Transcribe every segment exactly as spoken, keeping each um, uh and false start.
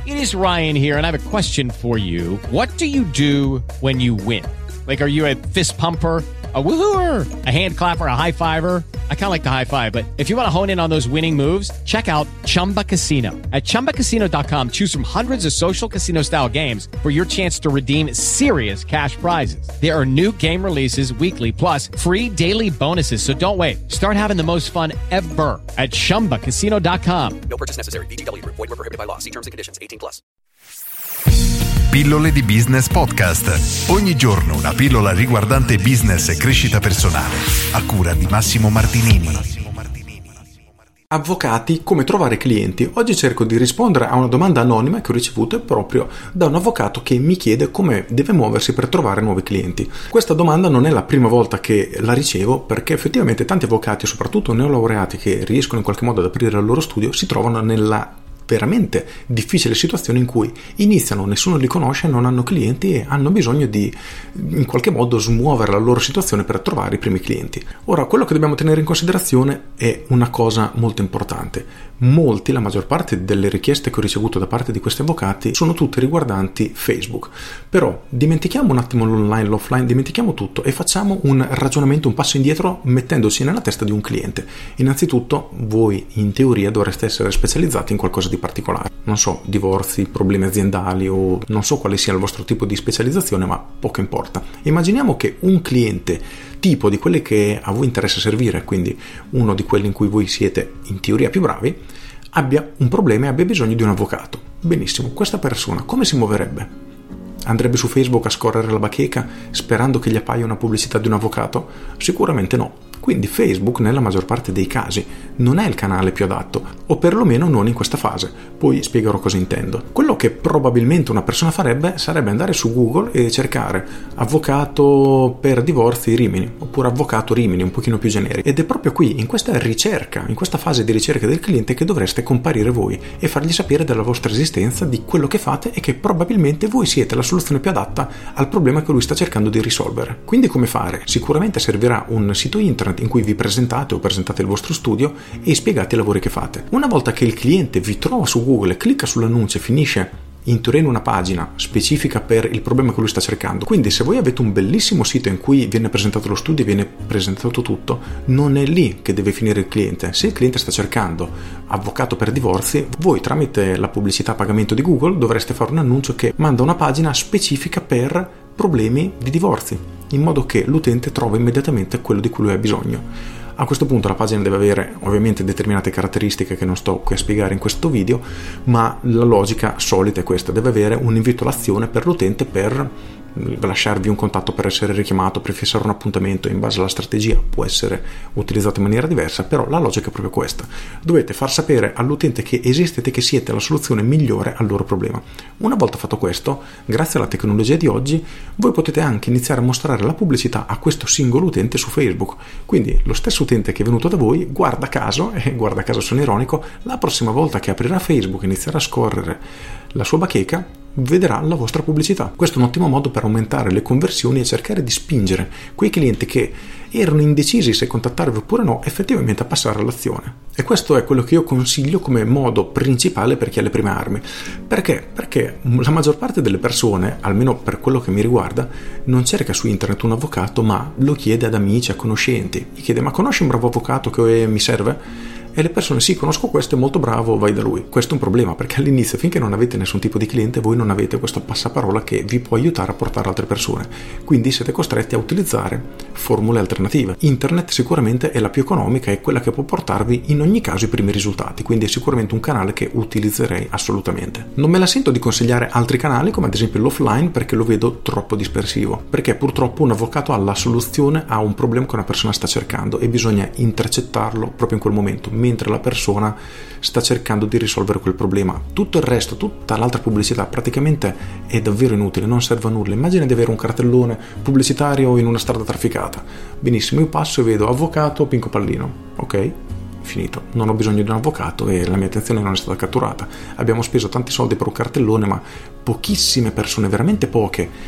It is Ryan here, and I have a question for you. What do you do when you win? Like, are you a fist pumper, a woohooer, a hand clapper, a high fiver? I kind of like the high five, but if you want to hone in on those winning moves, check out Chumba Casino. At chumba casino dot com, choose from hundreds of social casino style games for your chance to redeem serious cash prizes. There are new game releases weekly, plus free daily bonuses. So don't wait. Start having the most fun ever at chumba casino dot com. No purchase necessary. V G W Group. Void where prohibited by law. See terms and conditions. eighteen plus. Pillole di Business Podcast. Ogni giorno una pillola riguardante business e crescita personale. A cura di Massimo Martinini. Avvocati, come trovare clienti? Oggi cerco di rispondere a una domanda anonima che ho ricevuto proprio da un avvocato che mi chiede come deve muoversi per trovare nuovi clienti. Questa domanda non è la prima volta che la ricevo, perché effettivamente tanti avvocati, soprattutto neolaureati che riescono in qualche modo ad aprire il loro studio, si trovano nella veramente difficile situazione in cui iniziano, nessuno li conosce, non hanno clienti e hanno bisogno di in qualche modo smuovere la loro situazione per trovare i primi clienti. Ora, quello che dobbiamo tenere in considerazione è una cosa molto importante. Molti, la maggior parte delle richieste che ho ricevuto da parte di questi avvocati sono tutte riguardanti Facebook. Però dimentichiamo un attimo l'online, l'offline, dimentichiamo tutto e facciamo un ragionamento, un passo indietro, mettendoci nella testa di un cliente. Innanzitutto, voi in teoria dovreste essere specializzati in qualcosa di particolare. Non so, divorzi, problemi aziendali o non so quale sia il vostro tipo di specializzazione, ma poco importa. Immaginiamo che un cliente tipo di quelli che a voi interessa servire, quindi uno di quelli in cui voi siete in teoria più bravi, abbia un problema e abbia bisogno di un avvocato. Benissimo, questa persona come si muoverebbe? Andrebbe su Facebook a scorrere la bacheca sperando che gli appaia una pubblicità di un avvocato? Sicuramente no. Quindi Facebook, nella maggior parte dei casi, non è il canale più adatto, o perlomeno non in questa fase. Poi spiegherò cosa intendo. Quello che probabilmente una persona farebbe sarebbe andare su Google e cercare avvocato per divorzi Rimini, oppure avvocato Rimini, un pochino più generico. Ed è proprio qui, in questa ricerca, in questa fase di ricerca del cliente, che dovreste comparire voi e fargli sapere della vostra esistenza, di quello che fate e che probabilmente voi siete la soluzione più adatta al problema che lui sta cercando di risolvere. Quindi come fare? Sicuramente servirà un sito internet in cui vi presentate o presentate il vostro studio e spiegate i lavori che fate. Una volta che il cliente vi trova su Google, clicca sull'annuncio e finisce in teoria in una pagina specifica per il problema che lui sta cercando. Quindi se voi avete un bellissimo sito in cui viene presentato lo studio e viene presentato tutto, non è lì che deve finire il cliente. Se il cliente sta cercando avvocato per divorzi, voi tramite la pubblicità a pagamento di Google dovreste fare un annuncio che manda una pagina specifica per problemi di divorzi, in modo che l'utente trova immediatamente quello di cui lui ha bisogno. A questo punto la pagina deve avere ovviamente determinate caratteristiche che non sto qui a spiegare in questo video, ma la logica solita è questa: deve avere un invito all'azione per l'utente per lasciarvi un contatto per essere richiamato, per fissare un appuntamento. In base alla strategia può essere utilizzato in maniera diversa, però la logica è proprio questa: dovete far sapere all'utente che esistete, che siete la soluzione migliore al loro problema. Una volta fatto questo, grazie alla tecnologia di oggi, voi potete anche iniziare a mostrare la pubblicità a questo singolo utente su Facebook. Quindi lo stesso utente che è venuto da voi, guarda caso, e guarda caso sono ironico, la prossima volta che aprirà Facebook e inizierà a scorrere la sua bacheca, vedrà la vostra pubblicità. Questo è un ottimo modo per aumentare le conversioni e cercare di spingere quei clienti che erano indecisi se contattarvi oppure no effettivamente a passare all'azione. E questo è quello che io consiglio come modo principale per chi ha le prime armi. Perché? Perché la maggior parte delle persone, almeno per quello che mi riguarda, non cerca su internet un avvocato, ma lo chiede ad amici, a conoscenti. Gli chiede: ma conosci un bravo avvocato che mi serve? E le persone: sì, conosco questo, è molto bravo, vai da lui. Questo è un problema, perché all'inizio, finché non avete nessun tipo di cliente, voi non avete questo passaparola che vi può aiutare a portare altre persone. Quindi siete costretti a utilizzare formule alternative. Internet sicuramente è la più economica e quella che può portarvi in ogni caso i primi risultati, quindi è sicuramente un canale che utilizzerei assolutamente. Non me la sento di consigliare altri canali, come ad esempio l'offline, perché lo vedo troppo dispersivo, perché purtroppo un avvocato ha la soluzione a un problema che una persona sta cercando e bisogna intercettarlo proprio in quel momento, mentre la persona sta cercando di risolvere quel problema. Tutto il resto, tutta l'altra pubblicità praticamente è davvero inutile, non serve a nulla. Immagina di avere un cartellone pubblicitario in una strada trafficata. Benissimo, io passo e vedo avvocato Pinco Pallino, ok? Finito, non ho bisogno di un avvocato e la mia attenzione non è stata catturata. Abbiamo speso tanti soldi per un cartellone, ma pochissime persone, veramente poche,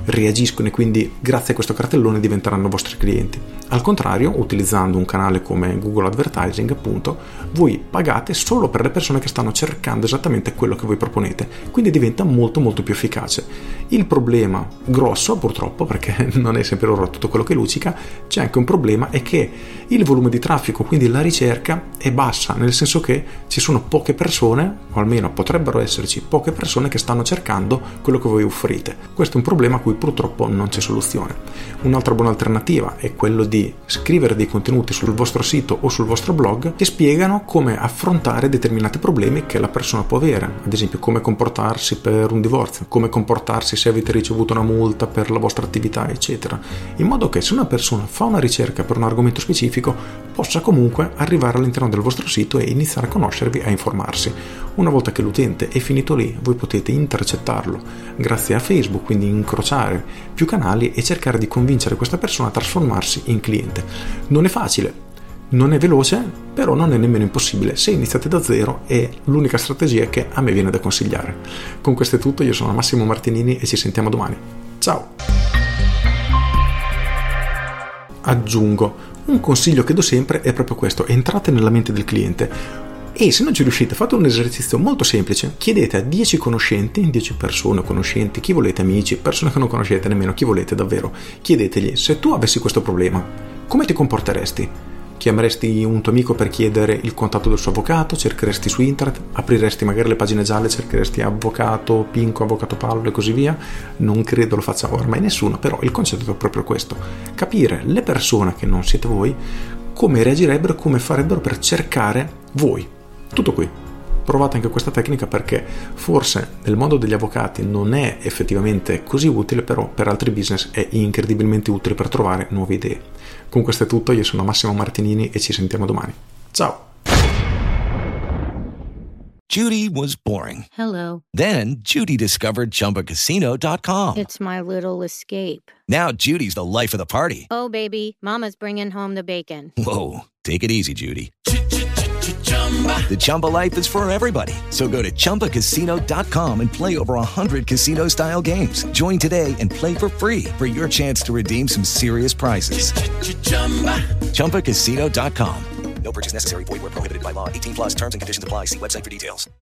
reagiscono e quindi grazie a questo cartellone diventeranno vostri clienti. Al contrario, utilizzando un canale come Google Advertising, appunto, voi pagate solo per le persone che stanno cercando esattamente quello che voi proponete, quindi diventa molto molto più efficace. Il problema grosso, purtroppo, perché non è sempre oro tutto quello che luccica, c'è anche un problema, è che il volume di traffico, quindi la ricerca, è bassa, nel senso che ci sono poche persone, o almeno potrebbero esserci poche persone che stanno cercando quello che voi offrite. Questo è un problema a cui purtroppo non c'è soluzione. Un'altra buona alternativa è quello di scrivere dei contenuti sul vostro sito o sul vostro blog che spiegano come affrontare determinati problemi che la persona può avere, ad esempio come comportarsi per un divorzio, come comportarsi se avete ricevuto una multa per la vostra attività, eccetera, in modo che se una persona fa una ricerca per un argomento specifico possa comunque arrivare all'interno del vostro sito e iniziare a conoscervi, a informarsi. Una volta che l'utente è finito lì, voi potete intercettarlo grazie a Facebook, quindi incrociare più canali e cercare di convincere questa persona a trasformarsi in cliente. Non è facile, non è veloce, però non è nemmeno impossibile. Se iniziate da zero è l'unica strategia che a me viene da consigliare. Con questo è tutto, io sono Massimo Martinini e ci sentiamo domani. Ciao! Aggiungo, un consiglio che do sempre è proprio questo: entrate nella mente del cliente. E se non ci riuscite, fate un esercizio molto semplice: chiedete a dieci conoscenti, dieci persone conoscenti, chi volete, amici, persone che non conoscete nemmeno, chi volete davvero, chiedetegli: se tu avessi questo problema, come ti comporteresti? Chiameresti un tuo amico per chiedere il contatto del suo avvocato? Cercheresti su internet? Apriresti magari le pagine gialle, cercheresti avvocato Pinco, avvocato Paolo e così via? Non credo lo faccia ormai nessuno, però il concetto è proprio questo: capire le persone che non siete voi, come reagirebbero, come farebbero per cercare voi. Tutto qui. Provate anche questa tecnica, perché forse nel mondo degli avvocati non è effettivamente così utile, però per altri business è incredibilmente utile per trovare nuove idee. Con questo è tutto, io sono Massimo Martinini e ci sentiamo domani. Ciao! Judy was boring. Hello. Then Judy discovered Chumba Casino dot com. It's my little escape. Now Judy's the life of the party. Oh, baby, mama's bringing home the bacon. Whoa, take it easy, Judy. The Chumba life is for everybody. So go to Chumba Casino dot com and play over one hundred casino-style games. Join today and play for free for your chance to redeem some serious prizes. Chumba Casino dot com. No purchase necessary. Void where prohibited by law. eighteen plus terms and conditions apply. See website for details.